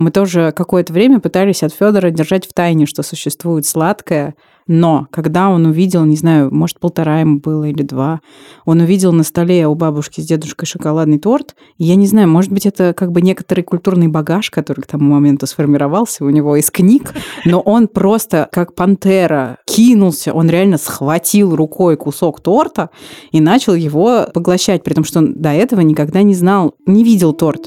Мы тоже какое-то время пытались от Федора держать в тайне, что существует сладкое, но когда он увидел, не знаю, может, 1,5 ему было или 2, он увидел на столе у бабушки с дедушкой шоколадный торт, и я не знаю, может быть, это как бы некоторый культурный багаж, который к тому моменту сформировался у него из книг, но он просто как пантера кинулся, он реально схватил рукой кусок торта и начал его поглощать, при том, что он до этого никогда не знал, не видел торт.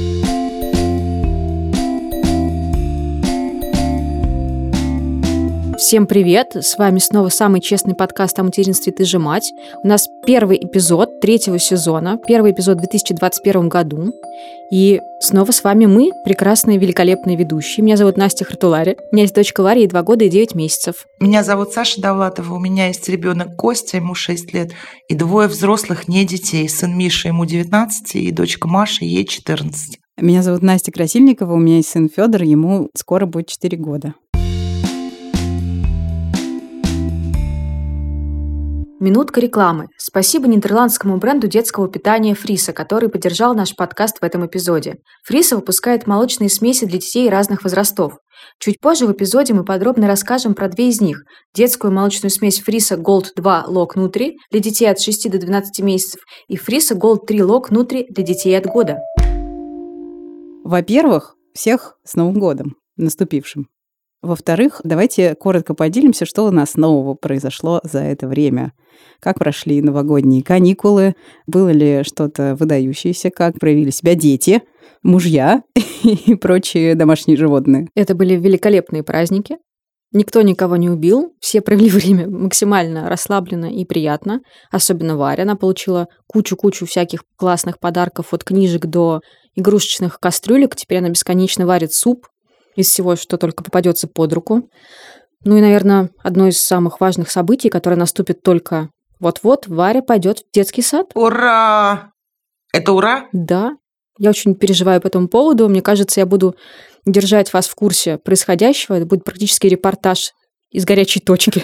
Всем привет! С вами снова самый честный подкаст о материнстве «Ты же мать». У нас первый эпизод 3-го сезона, первый эпизод в 2021 году. И снова с вами мы, прекрасные, великолепные ведущие. Меня зовут Настя Хартулари. У меня есть дочка Варя, ей 2 года и 9 месяцев. Меня зовут Саша Довлатова, у меня есть ребенок Костя, ему 6 лет, и 2 взрослых не детей. Сын Миша, ему 19, и дочка Маша, ей 14. Меня зовут Настя Красильникова, у меня есть сын Федор, ему скоро будет 4 года. Минутка рекламы. Спасибо нидерландскому бренду детского питания Фриса, который поддержал наш подкаст в этом эпизоде. Фриса выпускает молочные смеси для детей разных возрастов. Чуть позже в эпизоде мы подробно расскажем про 2 из них. Детскую молочную смесь Фриса Gold 2 Log Nutri для детей от 6 до 12 месяцев и Фриса Gold 3 Log Nutri для детей от года. Во-первых, всех с Новым годом наступившим. Во-вторых, давайте коротко поделимся, что у нас нового произошло за это время. Как прошли новогодние каникулы, было ли что-то выдающееся, как проявили себя дети, мужья и прочие домашние животные. Это были великолепные праздники. Никто никого не убил, все провели время максимально расслабленно и приятно. Особенно Варя, она получила кучу всяких классных подарков от книжек до игрушечных кастрюлек. Теперь она бесконечно варит суп из всего, что только попадется под руку. Ну и, наверное, одно из самых важных событий, которое наступит только вот-вот, Варя пойдет в детский сад. Ура! Это ура? Да. Я очень переживаю по этому поводу. Мне кажется, я буду держать вас в курсе происходящего. Это будет практически репортаж из горячей точки.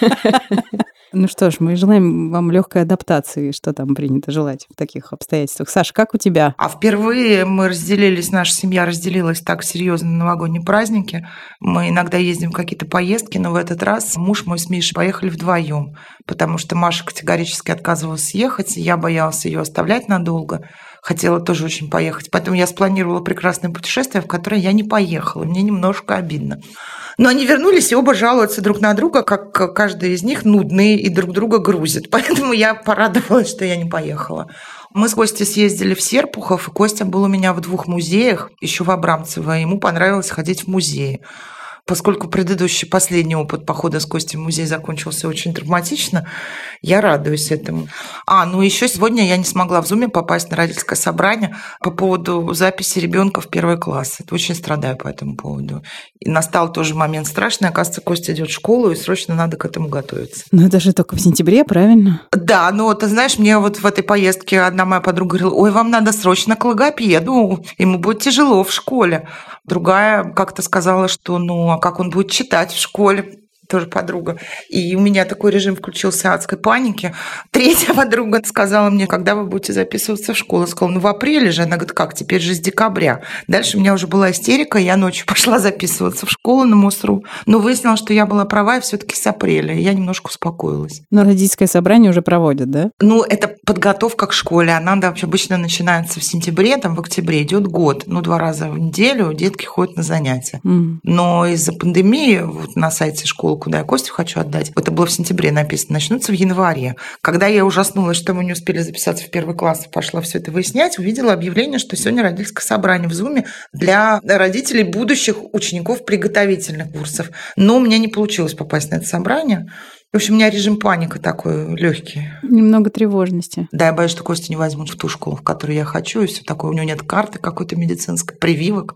Ну что ж, мы желаем вам легкой адаптации, что там принято желать в таких обстоятельствах. Саша, как у тебя? А впервые мы разделились, наша семья разделилась так серьезно на новогодние праздники. Мы иногда ездим в какие-то поездки, но в этот раз муж мой с Мишей поехали вдвоем, потому что Маша категорически отказывалась ехать, я боялась ее оставлять надолго. Хотела тоже очень поехать. Поэтому я спланировала прекрасное путешествие, в которое я не поехала. Мне немножко обидно. Но они вернулись и оба жалуются друг на друга, как каждый из них нудный и друг друга грузит. Поэтому я порадовалась, что я не поехала. Мы с Костей съездили в Серпухов, и Костя был у меня в 2 музеях, еще в Абрамцево, и ему понравилось ходить в музеи. Поскольку предыдущий, последний опыт похода с Костей в музей закончился очень травматично, я радуюсь этому. Ну еще сегодня я не смогла в Зуме попасть на родительское собрание по поводу записи ребенка в 1 класс. Это очень страдаю по этому поводу. И настал тоже момент страшный. Оказывается, Костя идет в школу, и срочно надо к этому готовиться. Ну это же только в сентябре, правильно? Да, но ты знаешь, мне вот в этой поездке одна моя подруга говорила: ой, вам надо срочно к логопеду, ему будет тяжело в школе. Другая как-то сказала, что а как он будет читать в школе? Тоже подруга. И у меня такой режим включился адской паники. Третья подруга сказала мне: когда вы будете записываться в школу? Я сказала: в апреле же. Она говорит: как? Теперь же с декабря. Дальше у меня уже была истерика, я ночью пошла записываться в школу на МОСРУ. Но выяснилось, что я была права, и все-таки с апреля. И я немножко успокоилась. Но родительское собрание уже проводят, да? Это подготовка к школе. Она обычно начинается в сентябре, в октябре идет год. 2 раза в неделю детки ходят на занятия. Но из-за пандемии на сайте школы, куда я Костю хочу отдать, это было в сентябре написано, начнутся в январе. Когда я ужаснулась, что мы не успели записаться в 1 класс, и пошла все это выяснять, увидела объявление, что сегодня родительское собрание в Зуме для родителей будущих учеников приготовительных курсов. Но у меня не получилось попасть на это собрание. В общем, у меня режим паника такой легкий. Немного тревожности. Да, я боюсь, что Костю не возьмут в ту школу, в которую я хочу, и все такое. У него нет карты какой-то медицинской, прививок.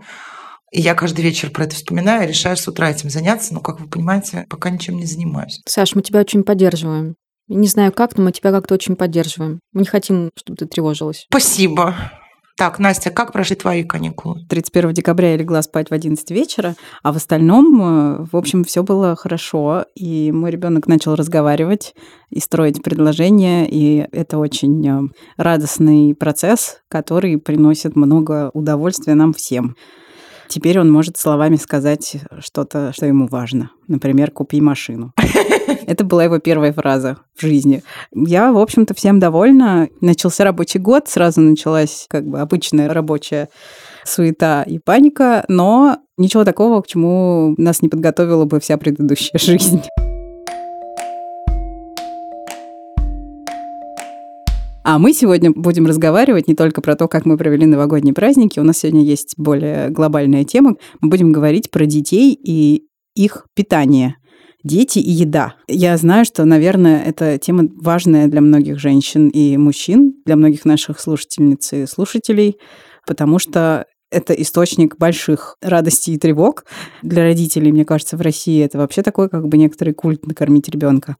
И я каждый вечер про это вспоминаю и решаю с утра этим заняться. Но, как вы понимаете, пока ничем не занимаюсь. Саш, мы тебя очень поддерживаем. Не знаю как, но мы тебя как-то очень поддерживаем. Мы не хотим, чтобы ты тревожилась. Спасибо. Так, Настя, как прошли твои каникулы? 31 декабря я легла спать в 11 вечера, а в остальном, в общем, все было хорошо. И мой ребенок начал разговаривать и строить предложения, и это очень радостный процесс, который приносит много удовольствия нам всем. Теперь он может словами сказать что-то, что ему важно. Например, «купи машину». Это была его первая фраза в жизни. Я, в общем-то, всем довольна. Начался рабочий год, сразу началась как бы обычная рабочая суета и паника, но ничего такого, к чему нас не подготовила бы вся предыдущая жизнь. А мы сегодня будем разговаривать не только про то, как мы провели новогодние праздники. У нас сегодня есть более глобальная тема. Мы будем говорить про детей и их питание. Дети и еда. Я знаю, что, наверное, эта тема важная для многих женщин и мужчин, для многих наших слушательниц и слушателей, потому что это источник больших радостей и тревог. Для родителей, мне кажется, в России это вообще такой как бы некоторый культ накормить ребенка.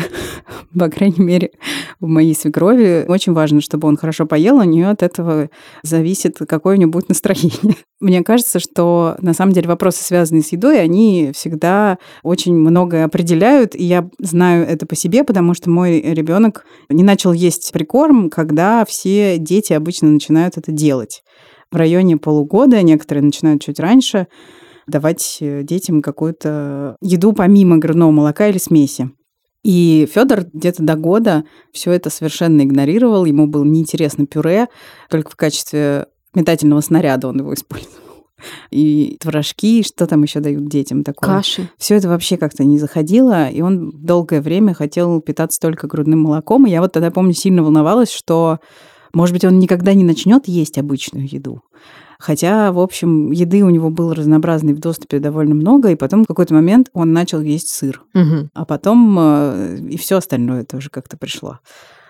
По крайней мере, в моей свекрови очень важно, чтобы он хорошо поел, у нее от этого зависит, какое у него будет настроение. Мне кажется, что на самом деле вопросы, связанные с едой, они всегда очень многое определяют, и я знаю это по себе, потому что мой ребенок не начал есть прикорм, когда все дети обычно начинают это делать. В районе полугода, некоторые начинают чуть раньше, давать детям какую-то еду помимо грудного молока или смеси. И Федор где-то до года все это совершенно игнорировал. Ему было неинтересно пюре, только в качестве метательного снаряда он его использовал. И творожки, что там еще дают детям такое? Каши. Все это вообще как-то не заходило, и он долгое время хотел питаться только грудным молоком. И я вот тогда, помню, сильно волновалась, что, может быть, он никогда не начнет есть обычную еду. Хотя, в общем, еды у него было разнообразной в доступе довольно много, и потом в какой-то момент он начал есть сыр. Угу. А потом и все остальное тоже как-то пришло.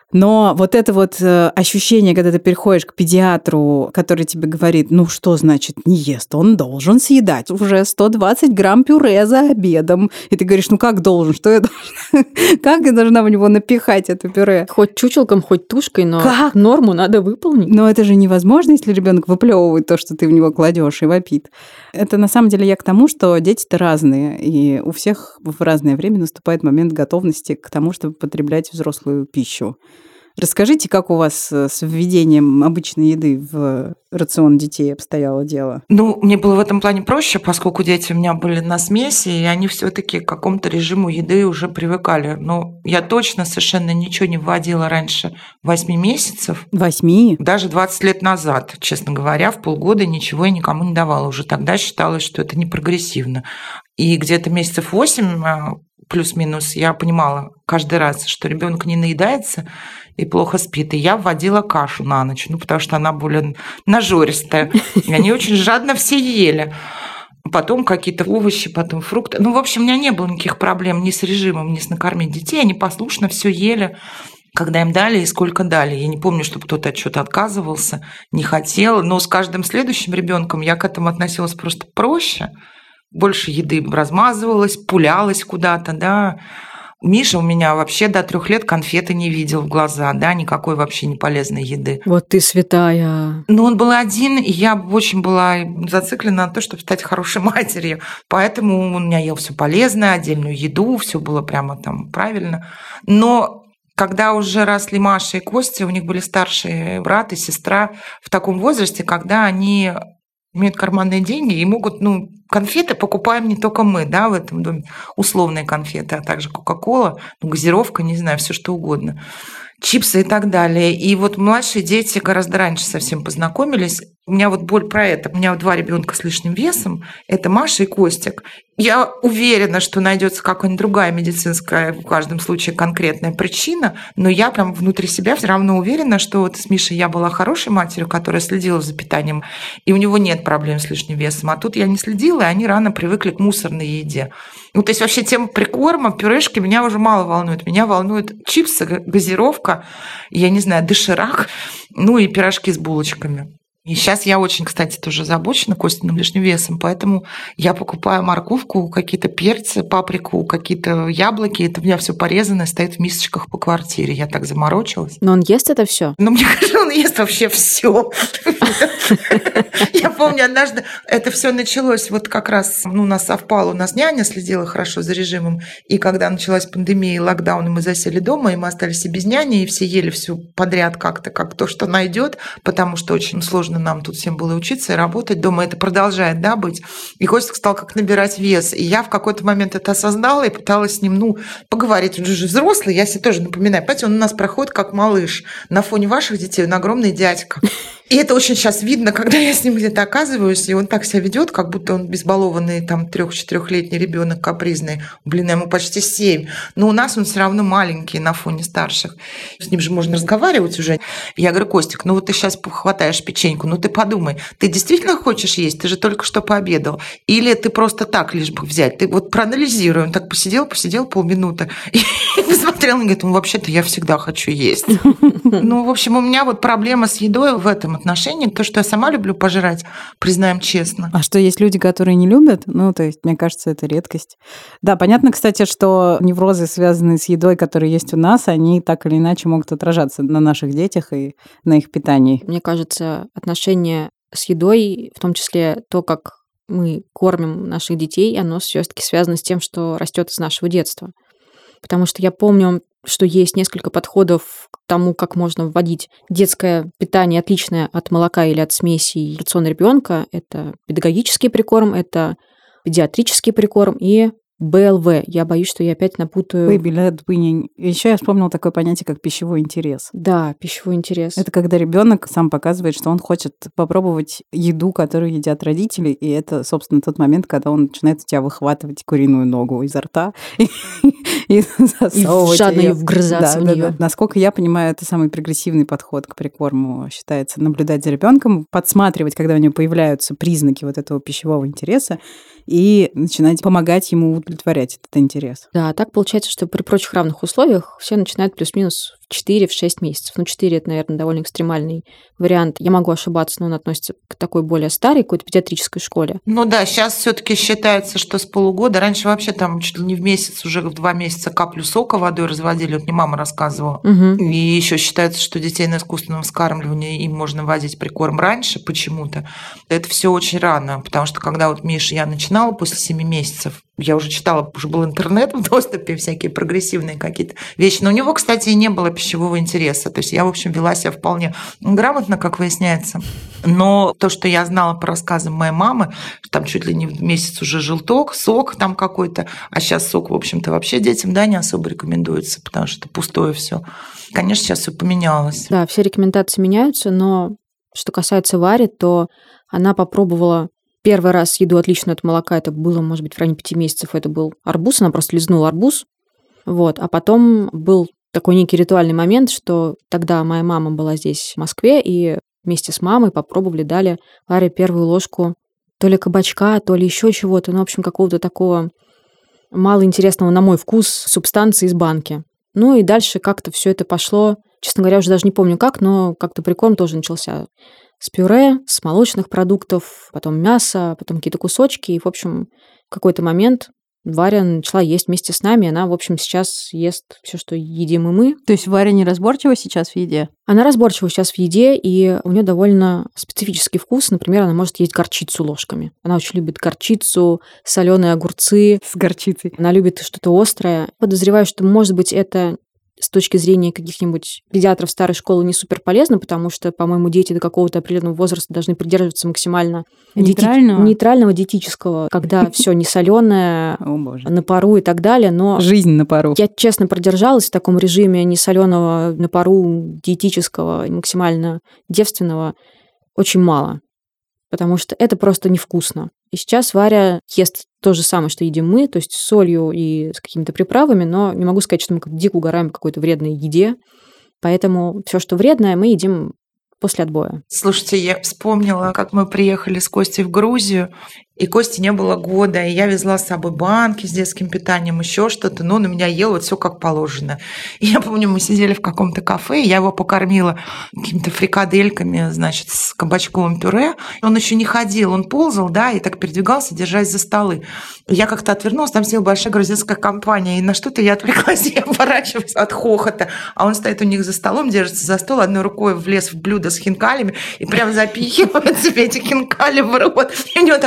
Но вот это вот ощущение, когда ты переходишь к педиатру, который тебе говорит, ну что значит не ест, он должен съедать уже 120 грамм пюре за обедом. И ты говоришь, ну как должен, что я должна? Как я должна в него напихать это пюре? Хоть чучелком, хоть тушкой, но Как? норму надо выполнить. Но это же невозможно, если ребенок выплевывает то, что ты в него кладешь, и вопит. Это на самом деле я к тому, что дети-то разные, и у всех в разное время наступает момент готовности к тому, чтобы потреблять взрослую пищу. Расскажите, как у вас с введением обычной еды в рацион детей обстояло дело? Ну, мне было в этом плане проще, поскольку дети у меня были на смеси, и они все-таки к какому-то режиму еды уже привыкали. Но я точно совершенно ничего не вводила раньше 8 месяцев. 8? Даже 20 лет назад, честно говоря, в полгода ничего я никому не давала. Уже тогда считалось, что это не прогрессивно. И где-то месяцев 8 плюс-минус я понимала каждый раз, что ребенок не наедается и плохо спит. И я вводила кашу на ночь, потому что она более нажористая. И они очень жадно все ели. Потом какие-то овощи, потом фрукты. Ну, в общем, у меня не было никаких проблем ни с режимом, ни с накормить детей. Они послушно все ели, когда им дали и сколько дали. Я не помню, чтобы кто-то от чего-то отказывался, не хотел. Но с каждым следующим ребенком я к этому относилась просто проще. Больше еды размазывалась, пулялась куда-то, да. Миша у меня вообще до 3 лет конфеты не видел в глаза, да, никакой вообще не полезной еды. Вот ты святая. Но он был один, и я очень была зациклена на то, чтобы стать хорошей матерью. Поэтому он у меня ел все полезное, отдельную еду, все было прямо там правильно. Но когда уже росли Маша и Костя, у них были старшие брат и сестра в таком возрасте, когда они имеют карманные деньги и могут, конфеты покупаем не только мы, да, в этом доме, условные конфеты, а также Кока-Кола, газировка, не знаю, все что угодно, чипсы и так далее. И вот младшие дети гораздо раньше совсем познакомились. У меня вот боль про это. У меня 2 ребенка с лишним весом. Это Маша и Костик. Я уверена, что найдется какая-нибудь другая медицинская, в каждом случае конкретная причина, но я прям внутри себя все равно уверена, что вот с Мишей я была хорошей матерью, которая следила за питанием, и у него нет проблем с лишним весом. А тут я не следила, и они рано привыкли к мусорной еде. То есть вообще тема прикорма, пюрешки меня уже мало волнует. Меня волнуют чипсы, газировка, я не знаю, доширак, и пирожки с булочками. И сейчас я очень, кстати, тоже озабочена Костиным лишним весом, поэтому я покупаю морковку, какие-то перцы, паприку, какие-то яблоки. Это у меня все порезано, стоит в мисочках по квартире. Я так заморочилась. Но он ест это все? Мне кажется, он ест вообще все. Я помню, однажды это все началось, вот как раз у нас совпало, у нас няня следила хорошо за режимом, и когда началась пандемия и локдаун, и мы засели дома, и мы остались и без няни, и все ели все подряд как-то, как то, что найдет, потому что очень сложно сложно нам тут всем было учиться и работать дома. Это продолжает, да, быть. И Костик стал как набирать вес. И я в какой-то момент это осознала и пыталась с ним, поговорить. Он же взрослый, я себе тоже напоминаю. Понимаете, он у нас проходит как малыш. На фоне ваших детей он огромный дядька. И это очень сейчас видно, когда я с ним где-то оказываюсь, и он так себя ведет, как будто он безбалованный, 3-4-летний ребенок капризный. Ему почти 7. Но у нас он все равно маленький на фоне старших. С ним же можно разговаривать уже. Я говорю: Костик, ты сейчас хватаешь печеньку, ты подумай, ты действительно хочешь есть? Ты же только что пообедал. Или ты просто так лишь бы взять? Ты проанализируй. Он так посидел полминуты и посмотрел и говорит: вообще-то я всегда хочу есть. В общем, у меня проблема с едой в этом отношении. То, что я сама люблю пожрать, признаем честно. А что есть люди, которые не любят? То есть, мне кажется, это редкость. Да, понятно, кстати, что неврозы, связанные с едой, которые есть у нас, они так или иначе могут отражаться на наших детях и на их питании. Мне кажется, отношение с едой, в том числе то, как мы кормим наших детей, оно все-таки связано с тем, что растет из нашего детства. Потому что я помню, что есть несколько подходов к тому, как можно вводить детское питание, отличное от молока или от смесей в рацион ребенка. Это педагогический прикорм, это педиатрический прикорм и БЛВ. Я боюсь, что я опять напутаю. Baby-led weaning. Еще я вспомнила такое понятие, как пищевой интерес. Да, пищевой интерес. Это когда ребенок сам показывает, что он хочет попробовать еду, которую едят родители, и это, собственно, тот момент, когда он начинает у тебя выхватывать куриную ногу изо рта и засовывать жадно её. вгрызаться в нее. Насколько я понимаю, это самый прогрессивный подход к прикорму считается наблюдать за ребенком, подсматривать, когда у него появляются признаки этого пищевого интереса, и начинать помогать ему удовлетворять этот интерес. Да, так получается, что при прочих равных условиях все начинают плюс-минус в 4-6 месяцев. 4 – это, наверное, довольно экстремальный вариант. Я могу ошибаться, но он относится к такой более старой, какой-то педиатрической школе. Да, сейчас все-таки считается, что с полугода. Раньше вообще чуть ли не в месяц, уже в 2 месяца каплю сока водой разводили. Мне мама рассказывала. Угу. И еще считается, что детей на искусственном вскармливании им можно вводить прикорм раньше почему-то. Это все очень рано, потому что когда Миша, я начинала после 7 месяцев, я уже читала, уже был интернет в доступе, всякие прогрессивные какие-то вещи. Но у него, кстати, и не было пищевого интереса. То есть я, в общем, вела себя вполне грамотно, как выясняется. Но то, что я знала по рассказам моей мамы, что чуть ли не в месяц уже желток, сок какой-то, а сейчас сок, в общем-то, вообще детям, не особо рекомендуется, потому что это пустое все. Конечно, сейчас все поменялось. Да, все рекомендации меняются, но что касается Вари, то она попробовала первый раз еду отличную от молока, это было, может быть, в районе 5 месяцев, это был арбуз, она просто лизнула арбуз. А потом был такой некий ритуальный момент, что тогда моя мама была здесь, в Москве, и вместе с мамой попробовали, дали Варе первую ложку то ли кабачка, то ли еще чего-то, в общем, какого-то такого малоинтересного, на мой вкус, субстанции из банки. И дальше как-то все это пошло, честно говоря, уже даже не помню как, но как-то прикорм тоже начался. С пюре, с молочных продуктов, потом мясо, потом какие-то кусочки. И, в общем, в какой-то момент Варя начала есть вместе с нами. Она, в общем, сейчас ест все, что едим и мы. То есть Варя неразборчива сейчас в еде? Она разборчива сейчас в еде, и у нее довольно специфический вкус. Например, она может есть горчицу ложками. Она очень любит горчицу, соленые огурцы. С горчицей. Она любит что-то острое. Подозреваю, что, может быть, это с точки зрения каких-нибудь педиатров старой школы не супер полезно, потому что, по-моему, дети до какого-то определенного возраста должны придерживаться максимально нейтрального диетического, когда все не соленое, на пару и так далее. Но жизнь на пару. Я честно продержалась в таком режиме не соленого на пару, диетического, максимально девственного очень мало, потому что это просто невкусно. И сейчас Варя ест то же самое, что едим мы, то есть с солью и с какими-то приправами, но не могу сказать, что мы дико угораем по какой-то вредной еде. Поэтому все, что вредное, мы едим после отбоя. Слушайте, я вспомнила, как мы приехали с Костей в Грузию, и Кости не было года, и я везла с собой банки с детским питанием, еще что-то, но он у меня ел все как положено. И я помню, мы сидели в каком-то кафе, и я его покормила какими-то фрикадельками, значит, с кабачковым пюре. Он еще не ходил, он ползал, и так передвигался, держась за столы. И я как-то отвернулась, там сидела большая грузинская компания, и на что-то я отвлеклась, и я оборачиваюсь от хохота. А он стоит у них за столом, держится за стол, одной рукой влез в блюдо с хинкалями и прям запихивает себе эти хинкали в рот. И у него такое блаженство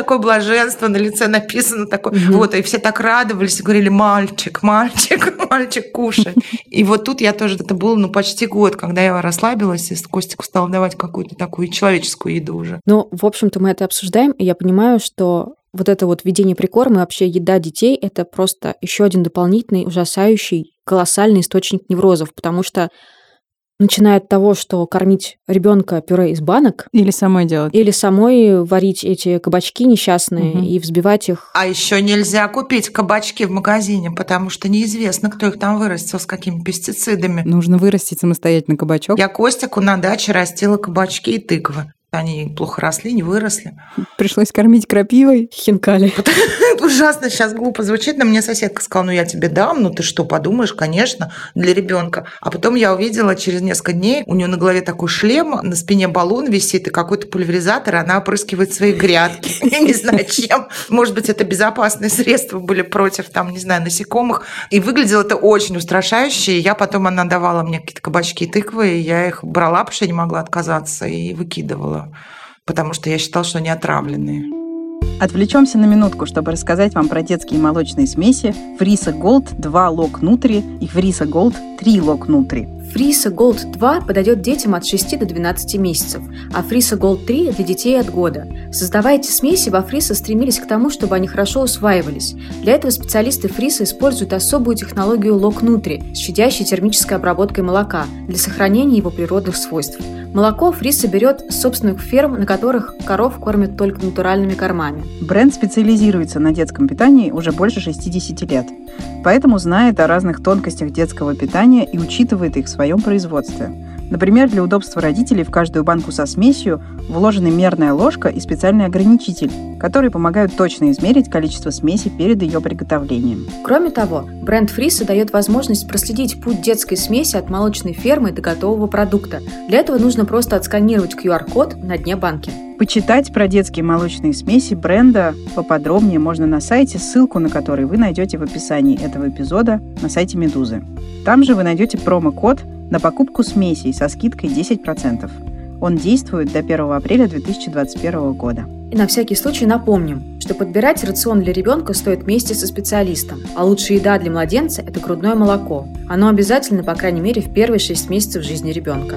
блаженство на лице написано такое. Вот, и все так радовались и говорили: мальчик, мальчик, мальчик, кушай. И вот тут я тоже, это было, почти год, когда я расслабилась и Костику стала давать какую-то такую человеческую еду уже. Ну, в общем-то, мы это обсуждаем, и я понимаю, что вот это вот введение прикорма и вообще еда детей – это просто еще один дополнительный, ужасающий, колоссальный источник неврозов, потому что начиная от того, что кормить ребенка пюре из банок. Или самой делать. Или самой варить эти кабачки несчастные и взбивать их. А еще нельзя купить кабачки в магазине, потому что неизвестно, кто их там вырастил, с какими пестицидами. Нужно вырастить самостоятельно кабачок. Я Костику на даче растила кабачки и тыквы. Они плохо росли, не выросли. Пришлось кормить крапивой. Хинкали. Ужасно сейчас глупо звучит, но мне соседка сказала: я тебе дам, ты что, подумаешь, конечно, для ребенка. А потом я увидела через несколько дней, у нее на голове такой шлем, на спине баллон висит и какой-то пульверизатор, и она опрыскивает свои грядки. Я не знаю, чем. Может быть, это безопасные средства были против, насекомых. И выглядело это очень устрашающе. И она давала мне какие-то кабачки и тыквы, и я их брала, потому что я не могла отказаться, и выкидывала. Потому что я считала, что они отравленные. Отвлечемся на минутку, чтобы рассказать вам про детские молочные смеси Фриса Голд 2 Лок Нутри и Фриса Голд 3 Лок Нутри. Фриса Голд 2 подойдет детям от 6 до 12 месяцев, а Фриса Голд 3 для детей от года. Создавая эти смеси, во Фриса стремились к тому, чтобы они хорошо усваивались. Для этого специалисты Фриса используют особую технологию Лок Нутри с щадящей термической обработкой молока для сохранения его природных свойств. Молоко Фриса берет с собственных ферм, на которых коров кормят только натуральными кормами. Бренд специализируется на детском питании уже больше 60 лет, поэтому знает о разных тонкостях детского питания и учитывает их в своем производстве. Например, для удобства родителей в каждую банку со смесью вложены мерная ложка и специальный ограничитель, которые помогают точно измерить количество смеси перед ее приготовлением. Кроме того, бренд Фриса дает возможность проследить путь детской смеси от молочной фермы до готового продукта. Для этого нужно просто отсканировать QR-код на дне банки. Почитать про детские молочные смеси бренда поподробнее можно на сайте, ссылку на который вы найдете в описании этого эпизода на сайте Медузы. Там же вы найдете промокод на покупку смесей со скидкой 10%. Он действует до 1 апреля 2021 года. И на всякий случай напомним, что подбирать рацион для ребенка стоит вместе со специалистом, а лучшая еда для младенца – это грудное молоко. Оно обязательно, по крайней мере, в первые 6 месяцев жизни ребенка.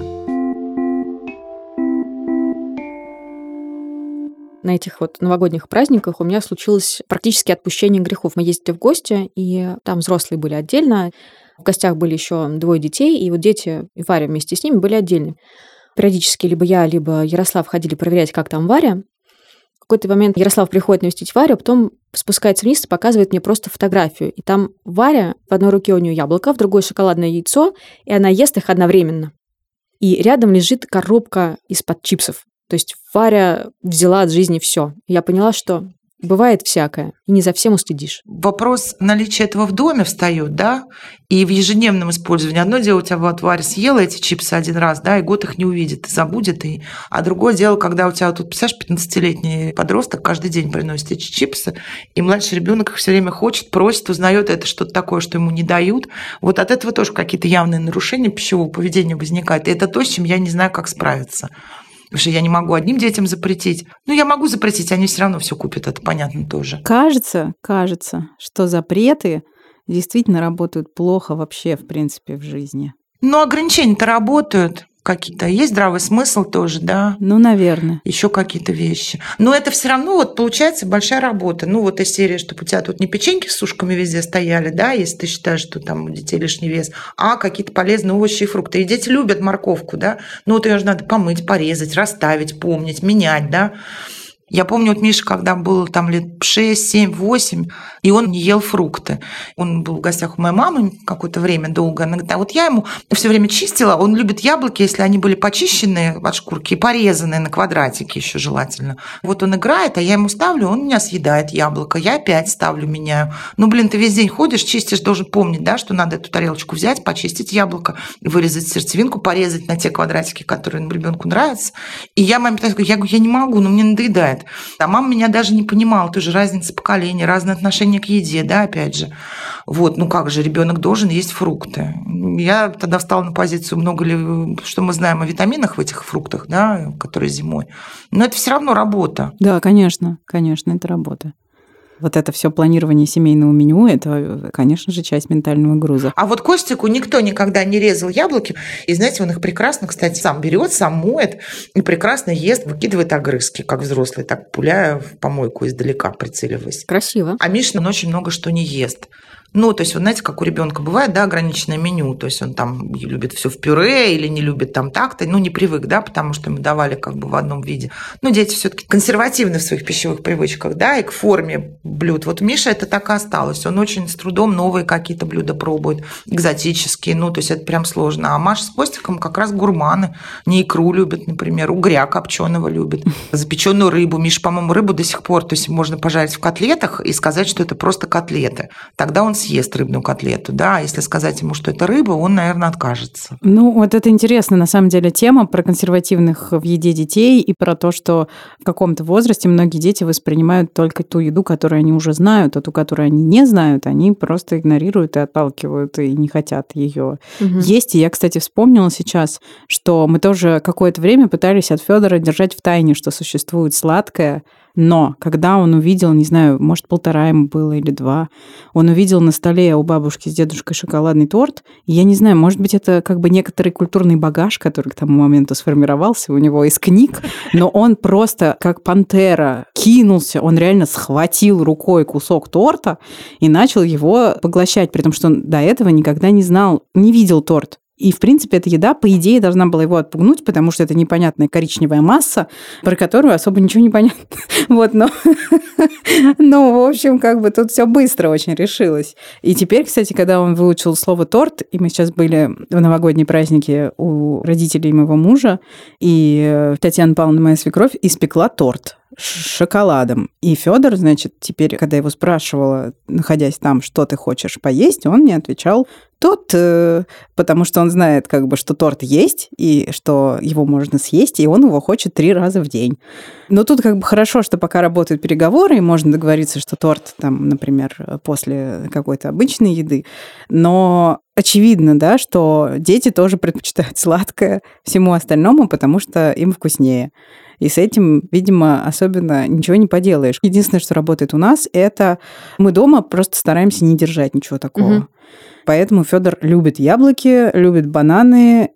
На этих новогодних праздниках у меня случилось практически отпущение грехов. Мы ездили в гости, и там взрослые были отдельно. В гостях были еще 2 детей, и дети и Варя вместе с ними были отдельно. Периодически либо я, либо Ярослав ходили проверять, как там Варя. В какой-то момент Ярослав приходит навестить Варю, а потом спускается вниз и показывает мне просто фотографию. И там Варя, в одной руке у нее яблоко, в другой шоколадное яйцо, и она ест их одновременно. И рядом лежит коробка из-под чипсов. То есть Варя взяла от жизни все. Я поняла, что бывает всякое, и не за всем уследишь. Вопрос наличия этого в доме встает, да, и в ежедневном использовании. Одно дело, у тебя Варя съела эти чипсы один раз, да, и год их не увидит, и забудет. А другое дело, когда у тебя представляешь, 15-летний подросток каждый день приносит эти чипсы, и младший ребенок их все время хочет, просит, узнает, это что-то такое, что ему не дают. Вот от этого тоже какие-то явные нарушения пищевого поведения возникают. И это то, с чем я не знаю, как справиться. Потому что я не могу одним детям запретить. Я могу запретить, они все равно все купят, это понятно тоже. Кажется, что запреты действительно работают плохо вообще, в принципе, в жизни. Но ограничения-то работают какие-то. Есть здравый смысл тоже, да? Наверное. Еще какие-то вещи. Но это все равно получается большая работа. Из серии, чтобы у тебя тут не печеньки с сушками везде стояли, да, если ты считаешь, что там у детей лишний вес, а какие-то полезные овощи и фрукты. И дети любят морковку, да. Ее же надо помыть, порезать, расставить, помнить, менять, да. Я помню, Миша, когда был там лет 6, 7, 8, и он не ел фрукты. Он был в гостях у моей мамы какое-то время долго. Она говорит, я ему все время чистила. Он любит яблоки, если они были почищенные от шкурки и порезанные на квадратики еще желательно. Он играет, а я ему ставлю, он у меня съедает яблоко. Я опять ставлю, меняю. Ты весь день ходишь, чистишь, должен помнить, да, что надо эту тарелочку взять, почистить яблоко, вырезать сердцевинку, порезать на те квадратики, которые ребенку нравятся. И я маме говорю, я не могу, мне надоедает. понимает. А мама меня даже не понимала, тоже разница поколений, разное отношение к еде, да, опять же. Вот, ну как же, ребенок должен есть фрукты. Я тогда встала на позицию, много ли, что мы знаем о витаминах в этих фруктах, да, которые зимой. Но это все равно работа. Да, конечно, это работа. Вот это все планирование семейного меню, это, конечно же, часть ментального груза. А вот Костику никто никогда не резал яблоки. И, знаете, он их прекрасно, кстати, сам берет, сам моет и прекрасно ест, выкидывает огрызки, как взрослый, так пуляя в помойку издалека, прицеливаясь. Красиво. А Миша, он очень много что не ест. Ну, то есть, вы знаете, как у ребенка бывает, да, ограниченное меню, то есть он там любит все в пюре или не любит там так-то, ну, не привык, да, потому что ему давали как бы в одном виде. Ну, дети все-таки консервативны в своих пищевых привычках, да, и к форме блюд. Вот Миша это так и осталось, он очень с трудом новые какие-то блюда пробует, экзотические, ну, то есть это прям сложно. А Маша с Костиком как раз гурманы, не икру любят, например, угря копченого любит, запеченную рыбу. Миша, по-моему, рыбу до сих пор, то есть можно пожарить в котлетах и сказать, что это просто котлеты. Тогда он съест рыбную котлету, да, а если сказать ему, что это рыба, он, наверное, откажется. Ну, вот это интересная, на самом деле, тема про консервативных в еде детей и про то, что в каком-то возрасте многие дети воспринимают только ту еду, которую они уже знают, а ту, которую они не знают, они просто игнорируют и отталкивают, и не хотят ее есть. И я, кстати, вспомнила сейчас, что мы тоже какое-то время пытались от Федора держать в тайне, что существует сладкое, но когда он увидел, не знаю, может, 1,5 ему было или 2, он увидел на столе у бабушки с дедушкой шоколадный торт, и я не знаю, может быть, это как бы некоторый культурный багаж, который к тому моменту сформировался у него из книг, но он просто как пантера кинулся, он реально схватил рукой кусок торта и начал его поглощать, при том, что он до этого никогда не знал, не видел торт. И, в принципе, эта еда, по идее, должна была его отпугнуть, потому что это непонятная коричневая масса, про которую особо ничего не понятно. Вот, но, в общем, как бы тут все быстро очень решилось. И теперь, кстати, когда он выучил слово «торт», и мы сейчас были в новогодние праздники у родителей моего мужа, и Татьяна Павловна, моя свекровь, испекла торт с шоколадом. И Федор, значит, теперь, когда его спрашивала, находясь там, что ты хочешь поесть, он мне отвечал торт, потому что он знает, как бы, что торт есть, и что его можно съесть, и он его хочет 3 раза в день. Но тут как бы хорошо, что пока работают переговоры, и можно договориться, что торт, там, например, после какой-то обычной еды. Но очевидно, да, что дети тоже предпочитают сладкое всему остальному, потому что им вкуснее. И с этим, видимо, особенно ничего не поделаешь. Единственное, что работает у нас, это мы дома просто стараемся не держать ничего такого. Поэтому Федор любит яблоки, любит бананы.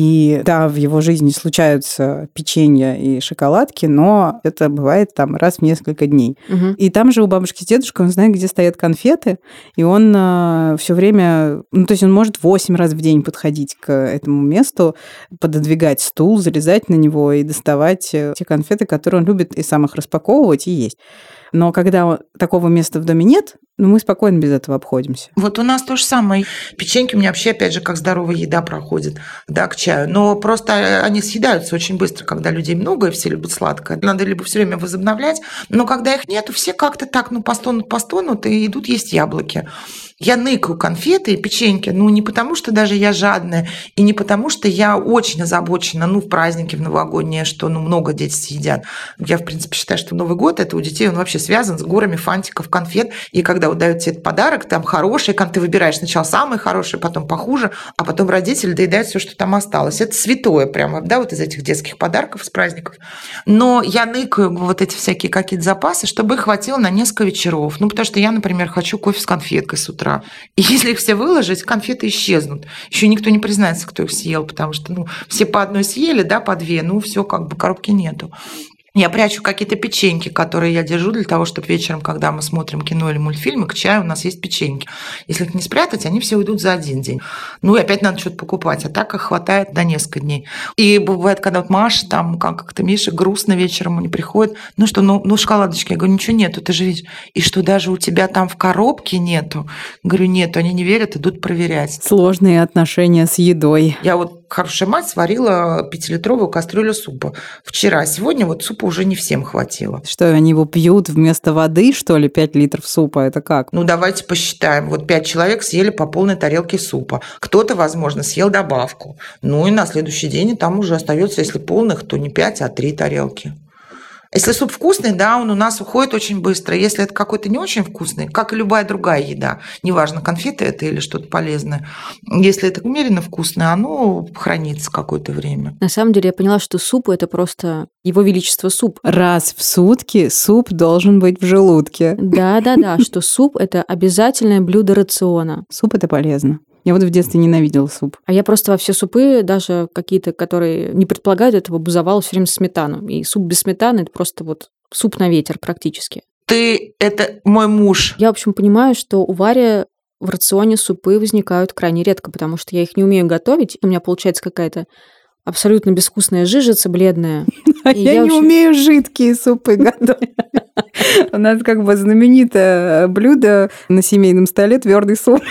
И да, в его жизни случаются печенья и шоколадки, но это бывает там раз в несколько дней. И там же у бабушки с дедушкой он знает, где стоят конфеты, и он все время, ну, то есть он может 8 раз в день подходить к этому месту, пододвигать стул, залезать на него и доставать те конфеты, которые он любит, и сам их распаковывать и есть. Но когда такого места в доме нет, мы спокойно без этого обходимся. Вот у нас то же самое. Печеньки у меня вообще, опять же, как здоровая еда проходит, да, к чаю. Но просто они съедаются очень быстро, когда людей много, и все любят сладкое. Надо либо все время возобновлять, но когда их нету, все как-то так, постонут и идут есть яблоки. Я ныкаю конфеты и печеньки, не потому, что даже я жадная, и не потому, что я очень озабочена, в праздники, в новогодние, что, много дети съедят. Я, в принципе, считаю, что Новый год, это у детей, он вообще связан с горами фантиков, конфет, и когда дают тебе этот подарок, там хороший, ты выбираешь сначала самый хороший, потом похуже, а потом родители доедают все, что там осталось. Это святое прямо, да, вот из этих детских подарков, с праздников. Но я ныкаю вот эти всякие какие-то запасы, чтобы их хватило на несколько вечеров. Потому что я, например, хочу кофе с конфеткой с утра. И если их все выложить, конфеты исчезнут. Еще никто не признается, кто их съел, потому что все по одной съели, да, по 2, все, коробки нету. Я прячу какие-то печеньки, которые я держу для того, чтобы вечером, когда мы смотрим кино или мультфильмы, к чаю у нас есть печеньки. Если их не спрятать, они все уйдут за один день. И опять надо что-то покупать. А так их хватает на несколько дней. И бывает, когда Маша, там как-то Миша грустно вечером не приходит. Шоколадочки. Я говорю, ничего нету, ты же видишь. И что, даже у тебя там в коробке нету? Говорю, нету. Они не верят, идут проверять. Сложные отношения с едой. Я хорошая мать сварила 5-литровую кастрюлю супа вчера. Сегодня супа уже не всем хватило. Что, они его пьют вместо воды, что ли, 5 литров супа? Это как? Давайте посчитаем. 5 человек съели по полной тарелке супа. Кто-то, возможно, съел добавку. И на следующий день там уже остается, если полных, то не 5, а 3 тарелки. Если суп вкусный, да, он у нас уходит очень быстро. Если это какой-то не очень вкусный, как и любая другая еда, неважно, конфеты это или что-то полезное, если это умеренно вкусное, оно хранится какое-то время. На самом деле я поняла, что суп – это просто его величество суп. Раз в сутки суп должен быть в желудке. Да-да-да, что суп – это обязательное блюдо рациона. Суп – это полезно. Я вот в детстве ненавидела суп. А я просто во все супы, даже какие-то, которые не предполагают этого, бузовала все время сметану. И суп без сметаны – это просто вот суп на ветер практически. Ты – это мой муж. Я, в общем, понимаю, что у Вари в рационе супы возникают крайне редко, потому что я их не умею готовить. У меня получается какая-то абсолютно безвкусная жижица бледная. А я не умею жидкие супы готовить. У нас как бы знаменитое блюдо на семейном столе – твердый суп.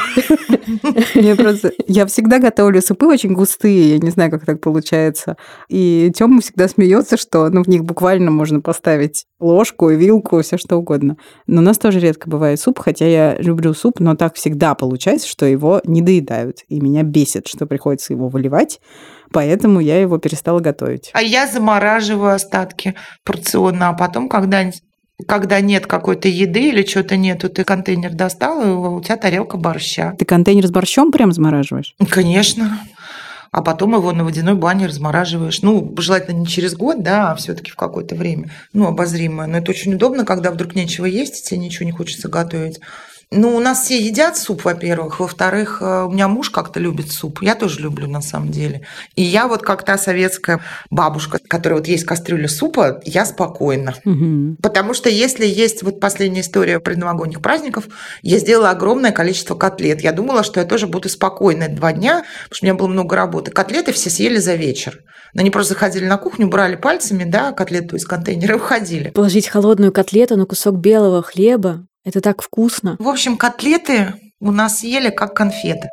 Я всегда готовлю супы очень густые, я не знаю, как так получается. И Тёма всегда смеется, что в них буквально можно поставить ложку, вилку, все что угодно. Но у нас тоже редко бывает суп, хотя я люблю суп, но так всегда получается, что его не доедают. И меня бесит, что приходится его выливать. Поэтому я его перестала готовить. А я замораживаю остатки порционно, а потом, когда нет какой-то еды или чего-то нету, ты контейнер достал, и у тебя тарелка борща. Ты контейнер с борщом прям замораживаешь? Конечно. А потом его на водяной бане размораживаешь. Желательно не через год, да, а все-таки в какое-то время. Обозримое. Но это очень удобно, когда вдруг нечего есть, и тебе ничего не хочется готовить. У нас все едят суп, во-первых. Во-вторых, у меня муж как-то любит суп. Я тоже люблю, на самом деле. И я вот как та советская бабушка, которая вот есть кастрюля супа, я спокойна. Угу. Потому что если есть вот последняя история предновогодних праздников, я сделала огромное количество котлет. Я думала, что я тоже буду спокойна 2 дня, потому что у меня было много работы. Котлеты все съели за вечер. Но они просто заходили на кухню, брали пальцами, да, котлету из контейнера и уходили. Положить холодную котлету на кусок белого хлеба – это так вкусно. В общем, котлеты у нас ели как конфеты.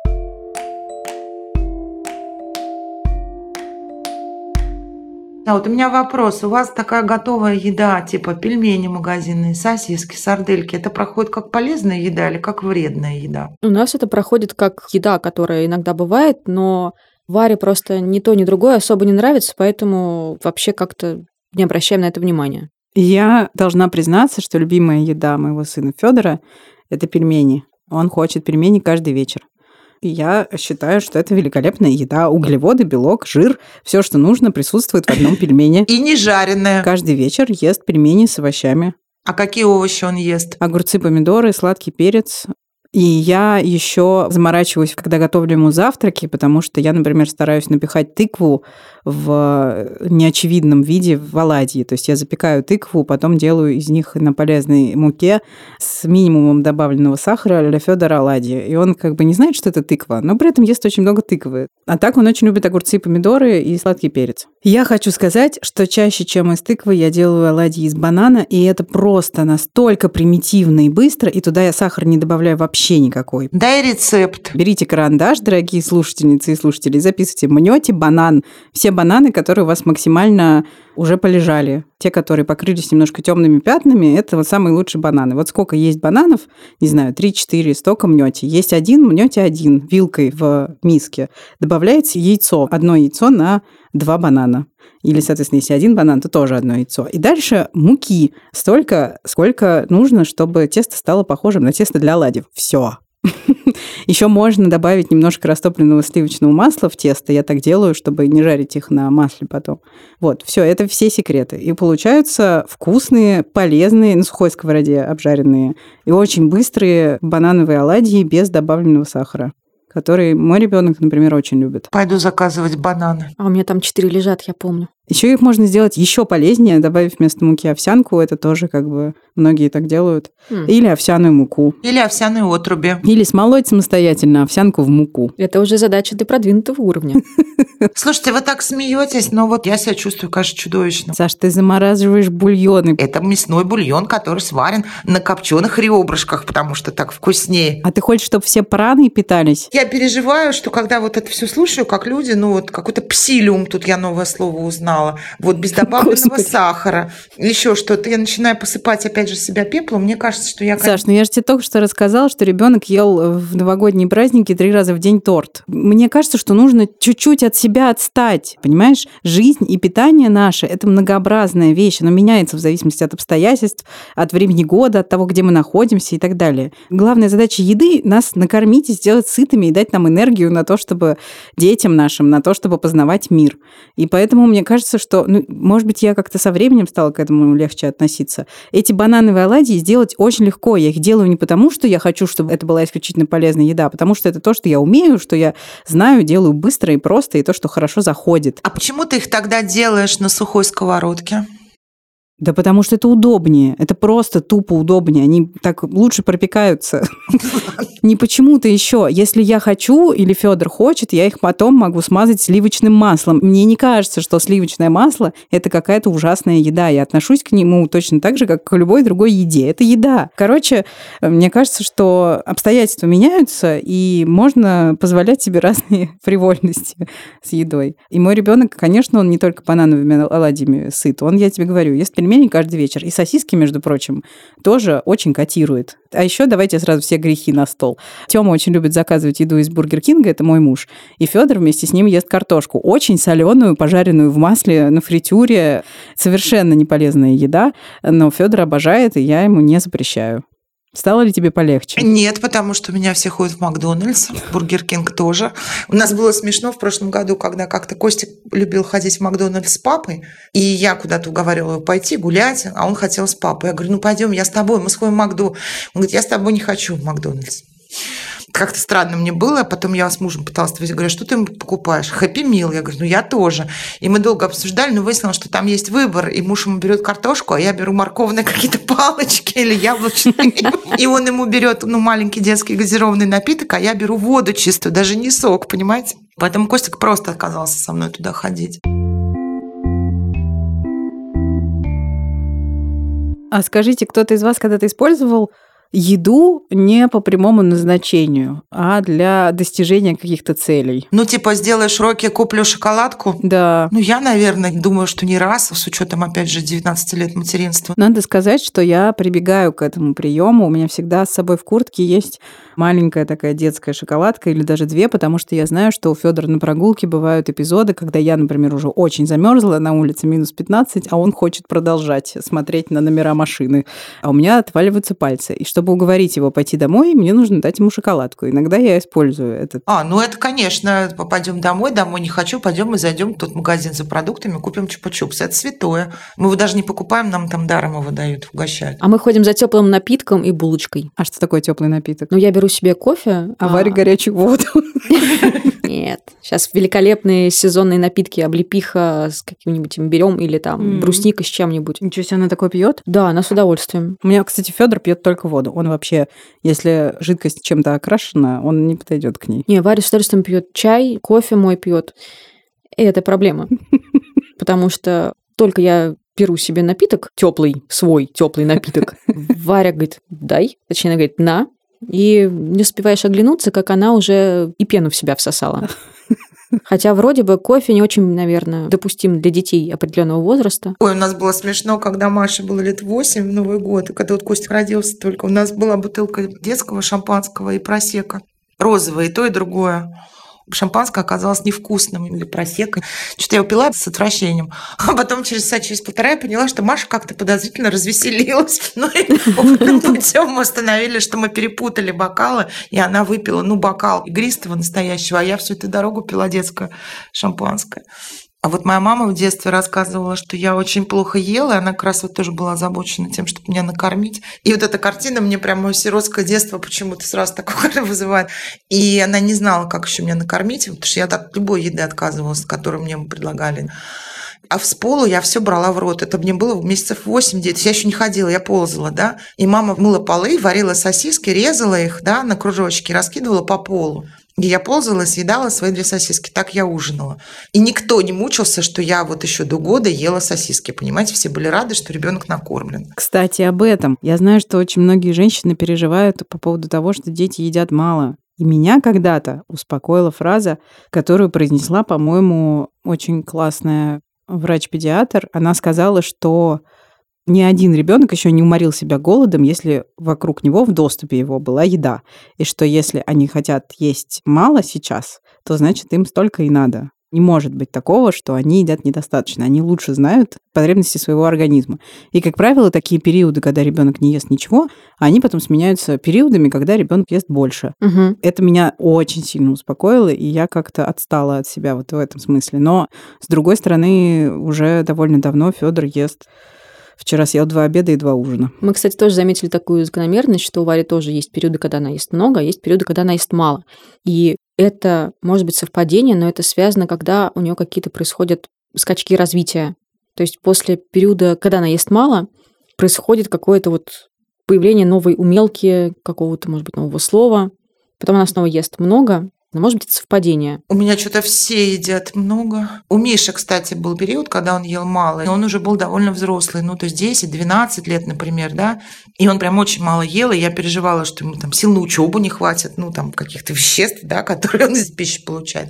А вот у меня вопрос. У вас такая готовая еда, типа пельмени магазинные, сосиски, сардельки. Это проходит как полезная еда или как вредная еда? У нас это проходит как еда, которая иногда бывает, но Варе просто ни то, ни другое особо не нравится, поэтому вообще как-то не обращаем на это внимания. Я должна признаться, что любимая еда моего сына Федора – это пельмени. Он хочет пельмени каждый вечер. И я считаю, что это великолепная еда. Углеводы, белок, жир – все, что нужно, присутствует в одном пельмене. И не жареное. Каждый вечер ест пельмени с овощами. А какие овощи он ест? Огурцы, помидоры, сладкий перец. И я еще заморачиваюсь, когда готовлю ему завтраки, потому что я, например, стараюсь напихать тыкву в неочевидном виде в оладьи. То есть я запекаю тыкву, потом делаю из них на полезной муке с минимумом добавленного сахара для Федора оладьи. И он как бы не знает, что это тыква, но при этом ест очень много тыквы. А так он очень любит огурцы, помидоры и сладкий перец. Я хочу сказать, что чаще, чем из тыквы, я делаю оладьи из банана, и это просто настолько примитивно и быстро, и туда я сахар не добавляю вообще никакой. Дай рецепт. Берите карандаш, дорогие слушательницы и слушатели, записывайте, мнете банан. Все бананы, которые у вас максимально уже полежали. Те, которые покрылись немножко темными пятнами, это вот самые лучшие бананы. Вот сколько есть бананов, не знаю, 3-4, столько мнете. Есть один, мнете один вилкой в миске. Добавляется яйцо. Одно яйцо на 2 банана. Или, соответственно, если 1 банан, то тоже одно яйцо. И дальше муки столько, сколько нужно, чтобы тесто стало похожим на тесто для оладьев. Все. Еще можно добавить немножко растопленного сливочного масла в тесто. Я так делаю, чтобы не жарить их на масле потом. Вот, все, это все секреты. И получаются вкусные, полезные, на сухой сковороде обжаренные и очень быстрые банановые оладьи без добавленного сахара, который мой ребенок, например, очень любит. Пойду заказывать бананы. А у меня там 4 лежат, я помню. Еще их можно сделать еще полезнее, добавив вместо муки овсянку. Это тоже как бы многие так делают. Или овсяную муку. Или овсяные отруби. Или смолоть самостоятельно овсянку в муку. Это уже задача для продвинутого уровня. Слушайте, вы так смеетесь, но вот я себя чувствую, конечно, чудовищно. Саш, ты замораживаешь бульоны. Это мясной бульон, который сварен на копченых ребрышках, потому что так вкуснее. А ты хочешь, чтобы все праной питались? Я переживаю, что когда вот это все слушаю, как люди, ну вот какой-то псилиум, тут я новое слово узнала, вот без добавленного сахара, еще что-то, я начинаю посыпать опять же себя пеплом, мне кажется, что я... Саш, ну я же тебе только что рассказала, что ребенок ел в новогодние праздники 3 раза в день торт. Мне кажется, что нужно чуть-чуть от себя отстать, понимаешь? Жизнь и питание наше – это многообразная вещь, оно меняется в зависимости от обстоятельств, от времени года, от того, где мы находимся и так далее. Главная задача еды – нас накормить и сделать сытыми и дать нам энергию на то, чтобы детям нашим, на то, чтобы познавать мир. И поэтому мне кажется, что, ну, может быть, я как-то со временем стала к этому легче относиться. Эти банановые оладьи сделать очень легко. Я их делаю не потому, что я хочу, чтобы это была исключительно полезная еда, а потому что это то, что я умею, что я знаю, делаю быстро и просто, и то, что хорошо заходит. А почему ты их тогда делаешь на сухой сковородке? Да потому что это удобнее. Это просто тупо удобнее. Они так лучше пропекаются. Не почему-то еще. Если я хочу или Федор хочет, я их потом могу смазать сливочным маслом. Мне не кажется, что сливочное масло – это какая-то ужасная еда. Я отношусь к нему точно так же, как к любой другой еде. Это еда. Короче, мне кажется, что обстоятельства меняются, и можно позволять себе разные фривольности с едой. И мой ребенок, конечно, он не только банановыми оладьями сыт. Он, я тебе говорю, ест пельмени каждый вечер. И сосиски, между прочим, тоже очень котирует. А еще давайте сразу все грехи на стол. Тёма очень любит заказывать еду из Бургер Кинга, это мой муж. И Федор вместе с ним ест картошку. Очень соленую, пожаренную в масле, на фритюре. Совершенно неполезная еда. Но Федор обожает, и я ему не запрещаю. Стало ли тебе полегче? Нет, потому что у меня все ходят в Макдональдс, в Бургер Кинг тоже. У нас было смешно в прошлом году, когда как-то Костик любил ходить в Макдональдс с папой, и я куда-то уговаривала его пойти гулять, а он хотел с папой. Я говорю, ну пойдем, я с тобой, мы сходим в Макду. Он говорит, я с тобой не хочу в Макдональдс. Как-то странно мне было, потом я с мужем пыталась ответить, говорю, что ты ему покупаешь? Хэппи Мил. Я говорю, ну я тоже. И мы долго обсуждали, но выяснилось, что там есть выбор, и муж ему берет картошку, а я беру морковные какие-то палочки или яблочные. И он ему берет, ну, маленький детский газированный напиток, а я беру воду чистую, даже не сок, понимаете? Поэтому Костик просто отказался со мной туда ходить. А скажите, кто-то из вас когда-то использовал еду не по прямому назначению, а для достижения каких-то целей? Ну, типа, сделаешь уроки, куплю шоколадку? Да. Ну, я, наверное, думаю, что не раз, с учетом, опять же, 19 лет материнства. Надо сказать, что я прибегаю к этому приему. У меня всегда с собой в куртке есть маленькая такая детская шоколадка или даже 2, потому что я знаю, что у Федора на прогулке бывают эпизоды, когда я, например, уже очень замерзла, на улице минус 15, а он хочет продолжать смотреть на номера машины, а у меня отваливаются пальцы. И чтобы уговорить его пойти домой, мне нужно дать ему шоколадку. Иногда я использую этот. Ну это, конечно, пойдем домой не хочу, пойдем и зайдем в тот магазин за продуктами, купим чупа-чупс. Это святое. Мы его даже не покупаем, нам там даром его дают, угощают. А мы ходим за теплым напитком и булочкой. А что такое теплый напиток? Ну, я беру себе кофе. А Варя горячую воду. Нет. Сейчас великолепные сезонные напитки, облепиха с каким-нибудь имбирем или там брусника с чем-нибудь. Ничего себе, она такое пьет? Да, она с удовольствием. У меня, кстати, Федор пьет только воду. Он вообще, если жидкость чем-то окрашена, он не подойдет к ней. Не, Варя с удовольствием пьет чай, кофе мой пьет. И это проблема. Потому что только я беру себе напиток, теплый, свой теплый напиток, Варя говорит, дай. Точнее, она говорит, на. И не успеваешь оглянуться, как она уже и пену в себя всосала. Хотя вроде бы кофе не очень, наверное, допустим для детей определенного возраста. Ой, у нас было смешно, когда Маше было лет 8 в Новый год, и когда вот Костик родился только, у нас была бутылка детского шампанского и просека. Розовое, и то, и другое. Шампанское оказалось невкусным или просека. Что-то я упила с отвращением. А потом через полтора я поняла, что Маша как-то подозрительно развеселилась. Ну и опытным путем мы установили, что мы перепутали бокалы, и она выпила, бокал игристого настоящего, а я всю эту дорогу пила детское шампанское. А вот моя мама в детстве рассказывала, что я очень плохо ела, и она как раз вот тоже была озабочена тем, чтобы меня накормить. И вот эта картина мне прям мое сиротское детство почему-то сразу такое вызывает. И она не знала, как еще меня накормить, потому что я от любой еды отказывалась, которую мне предлагали. А в полу я все брала в рот. Это мне было месяцев 8-9. Я еще не ходила, я ползала, да. И мама мыла полы, варила сосиски, резала их, да, на кружочки, раскидывала по полу. И я ползала и съедала свои 2 сосиски. Так я ужинала. И никто не мучился, что я вот еще до года ела сосиски. Понимаете, все были рады, что ребенок накормлен. Кстати, об этом. Я знаю, что очень многие женщины переживают по поводу того, что дети едят мало. И меня когда-то успокоила фраза, которую произнесла, по-моему, очень классная врач-педиатр. Она сказала, что ни один ребенок еще не уморил себя голодом, если вокруг него в доступе его была еда. И что если они хотят есть мало сейчас, то значит им столько и надо. Не может быть такого, что они едят недостаточно. Они лучше знают потребности своего организма. И, как правило, такие периоды, когда ребенок не ест ничего, они потом сменяются периодами, когда ребенок ест больше. Угу. Это меня очень сильно успокоило, и я как-то отстала от себя вот в этом смысле. Но, с другой стороны, уже довольно давно Федор ест. Вчера съел 2 обеда и 2 ужина. Мы, кстати, тоже заметили такую закономерность, что у Вари тоже есть периоды, когда она ест много, а есть периоды, когда она ест мало. И это может быть совпадение, но это связано, когда у нее какие-то происходят скачки развития. То есть после периода, когда она ест мало, происходит какое-то вот появление новой умелки, какого-то, может быть, нового слова. Потом она снова ест много. Но, может быть, это совпадение. У меня что-то все едят много. У Миши, кстати, был период, когда он ел мало, и он уже был довольно взрослый, то есть 10-12 лет, например, да, и он прям очень мало ел, и я переживала, что ему там сил на учебу не хватит, каких-то веществ, да, которые он из пищи получает.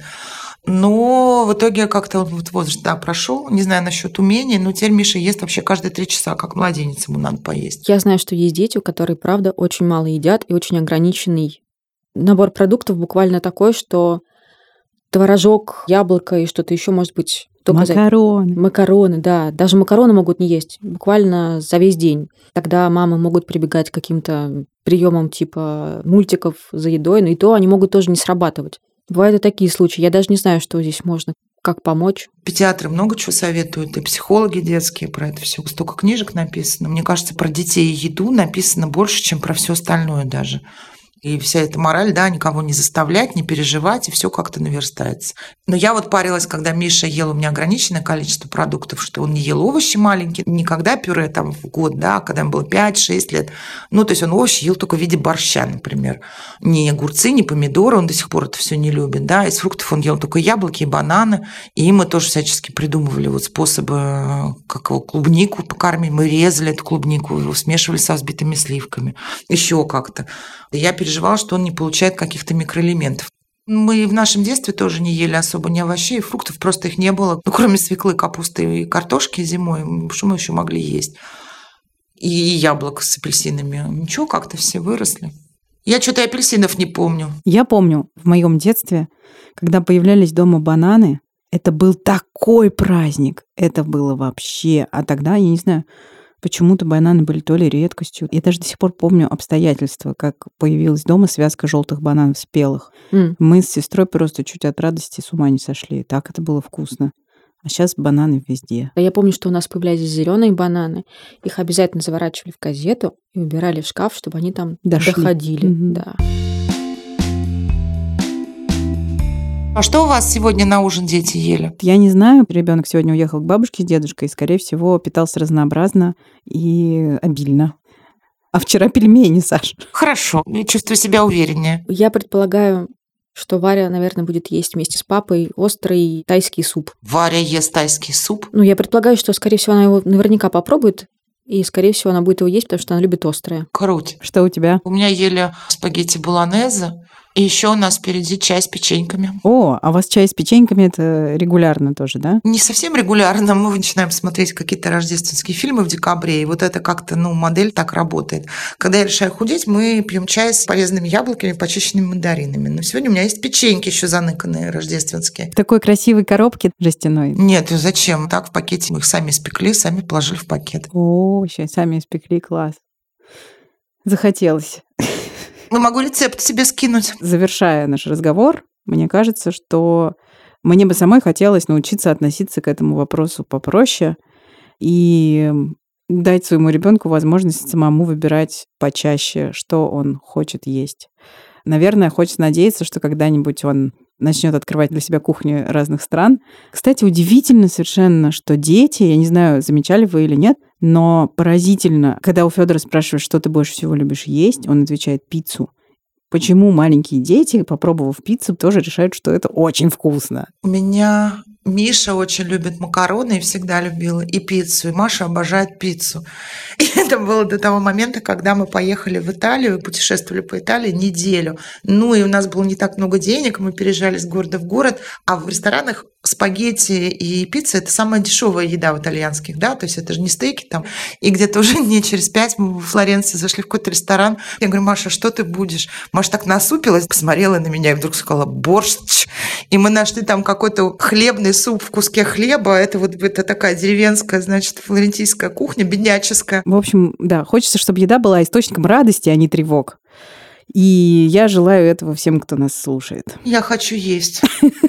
Но в итоге как-то он возраст, прошел, не знаю насчет умений, но теперь Миша ест вообще каждые 3 часа, как младенец ему надо поесть. Я знаю, что есть дети, которые, правда, очень мало едят и очень ограниченный набор продуктов буквально такой, что творожок, яблоко и что-то еще может быть. Макароны. Макароны, да. Даже макароны могут не есть буквально за весь день. Тогда мамы могут прибегать к каким-то приемам типа мультиков за едой, но и то они могут тоже не срабатывать. Бывают и такие случаи. Я даже не знаю, что здесь можно, как помочь. Педиатры много чего советуют, и психологи детские про это все. Столько книжек написано. Мне кажется, про детей и еду написано больше, чем про все остальное даже. И вся эта мораль, никого не заставлять, не переживать, и все как-то наверстается. Но я вот парилась, когда Миша ел у меня ограниченное количество продуктов, что он не ел овощи маленькие, никогда пюре там в год, а когда ему было 5-6 лет. То есть он овощи ел только в виде борща, например. Ни огурцы, ни помидоры, он до сих пор это все не любит, Из фруктов он ел только яблоки и бананы, и мы тоже всячески придумывали способы, как его клубнику покормить. Мы резали эту клубнику, его смешивали со взбитыми сливками, еще как-то. Я переживала, что он не получает каких-то микроэлементов. Мы в нашем детстве тоже не ели особо ни овощей, фруктов, просто их не было. Кроме свеклы, капусты и картошки зимой, что мы еще могли есть? И яблок с апельсинами. Ничего, как-то все выросли. Я что-то апельсинов не помню. Я помню, в моем детстве, когда появлялись дома бананы, это был такой праздник. Это было вообще... А тогда, я не знаю... Почему-то бананы были то ли редкостью. Я даже до сих пор помню обстоятельства, как появилась дома связка желтых бананов спелых. Мы с сестрой просто чуть от радости с ума не сошли. Так это было вкусно. А сейчас бананы везде. Я помню, что у нас появлялись зеленые бананы. Их обязательно заворачивали в газету и убирали в шкаф, чтобы они там доходили. Да. А что у вас сегодня на ужин дети ели? Я не знаю. Ребенок сегодня уехал к бабушке с дедушкой и, скорее всего, питался разнообразно и обильно. А вчера пельмени, Саш. Хорошо. Я чувствую себя увереннее. Я предполагаю, что Варя, наверное, будет есть вместе с папой острый тайский суп. Варя ест тайский суп? Я предполагаю, что, скорее всего, она его наверняка попробует. И, скорее всего, она будет его есть, потому что она любит острое. Круто. Что у тебя? У меня ели спагетти болонезе. И еще у нас впереди чай с печеньками. О, а у вас чай с печеньками это регулярно тоже, да? Не совсем регулярно. Мы начинаем смотреть какие-то рождественские фильмы в декабре, и вот это как-то, модель так работает. Когда я решаю худеть, мы пьем чай с полезными яблоками, почищенными мандаринами. Но сегодня у меня есть печеньки еще заныканные рождественские. В такой красивой коробке жестяной. Нет, зачем? Так в пакете мы их сами испекли, сами положили в пакет. О, сейчас сами испекли, класс. Захотелось. Могу рецепт тебе скинуть. Завершая наш разговор, мне кажется, что мне бы самой хотелось научиться относиться к этому вопросу попроще и дать своему ребенку возможность самому выбирать почаще, что он хочет есть. Наверное, хочется надеяться, что когда-нибудь он начнет открывать для себя кухни разных стран. Кстати, удивительно совершенно, что дети, я не знаю, замечали вы или нет, но поразительно, когда у Федора спрашивают, что ты больше всего любишь есть, он отвечает пиццу. Почему маленькие дети, попробовав пиццу, тоже решают, что это очень вкусно? У меня Миша очень любит макароны и всегда любила, и пиццу, и Маша обожает пиццу. И это было до того момента, когда мы поехали в Италию, путешествовали по Италии неделю. Ну, и у нас было не так много денег, мы переезжали с города в город, а в ресторанах спагетти и пицца – это самая дешевая еда в итальянских, да, то есть это же не стейки там. И где-то уже дней через 5 мы в Флоренции зашли в какой-то ресторан. Я говорю: Маша, что ты будешь? Маша так насупилась, посмотрела на меня и вдруг сказала: борщ. И мы нашли там какой-то хлебный суп в куске хлеба. Это такая деревенская, значит, флорентийская кухня, бедняческая. В общем, да, хочется, чтобы еда была источником радости, а не тревог. И я желаю этого всем, кто нас слушает. Я хочу есть.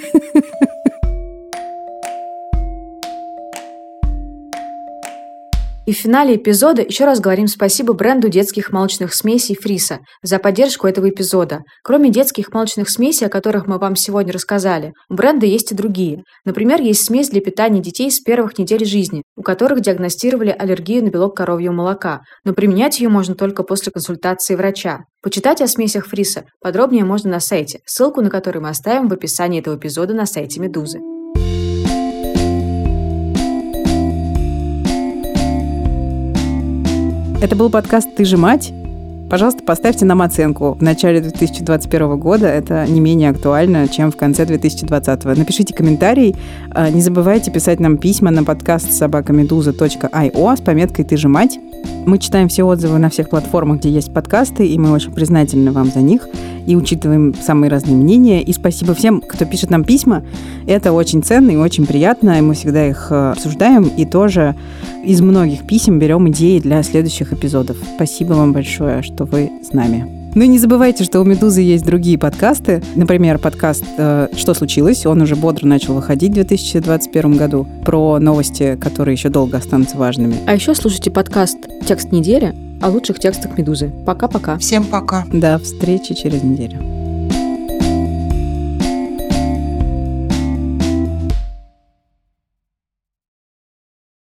И в финале эпизода еще раз говорим спасибо бренду детских молочных смесей Фриса за поддержку этого эпизода. Кроме детских молочных смесей, о которых мы вам сегодня рассказали, у бренда есть и другие. Например, есть смесь для питания детей с первых недель жизни, у которых диагностировали аллергию на белок коровьего молока, но применять ее можно только после консультации врача. Почитать о смесях Фриса подробнее можно на сайте, ссылку на который мы оставим в описании этого эпизода на сайте Медузы. Это был подкаст «Ты же мать». Пожалуйста, поставьте нам оценку в начале 2021 года. Это не менее актуально, чем в конце 2020. Напишите комментарий. Не забывайте писать нам письма на подкаст @meduza.io с пометкой «Ты же мать». Мы читаем все отзывы на всех платформах, где есть подкасты, и мы очень признательны вам за них и учитываем самые разные мнения. И спасибо всем, кто пишет нам письма. Это очень ценно и очень приятно, и мы всегда их обсуждаем, и тоже из многих писем берем идеи для следующих эпизодов. Спасибо вам большое, что вы с нами. Ну и не забывайте, что у «Медузы» есть другие подкасты. Например, подкаст «Что случилось?». Он уже бодро начал выходить в 2021 году про новости, которые еще долго останутся важными. А еще слушайте подкаст «Текст недели» о лучших текстах «Медузы». Пока-пока. Всем пока. До встречи через неделю.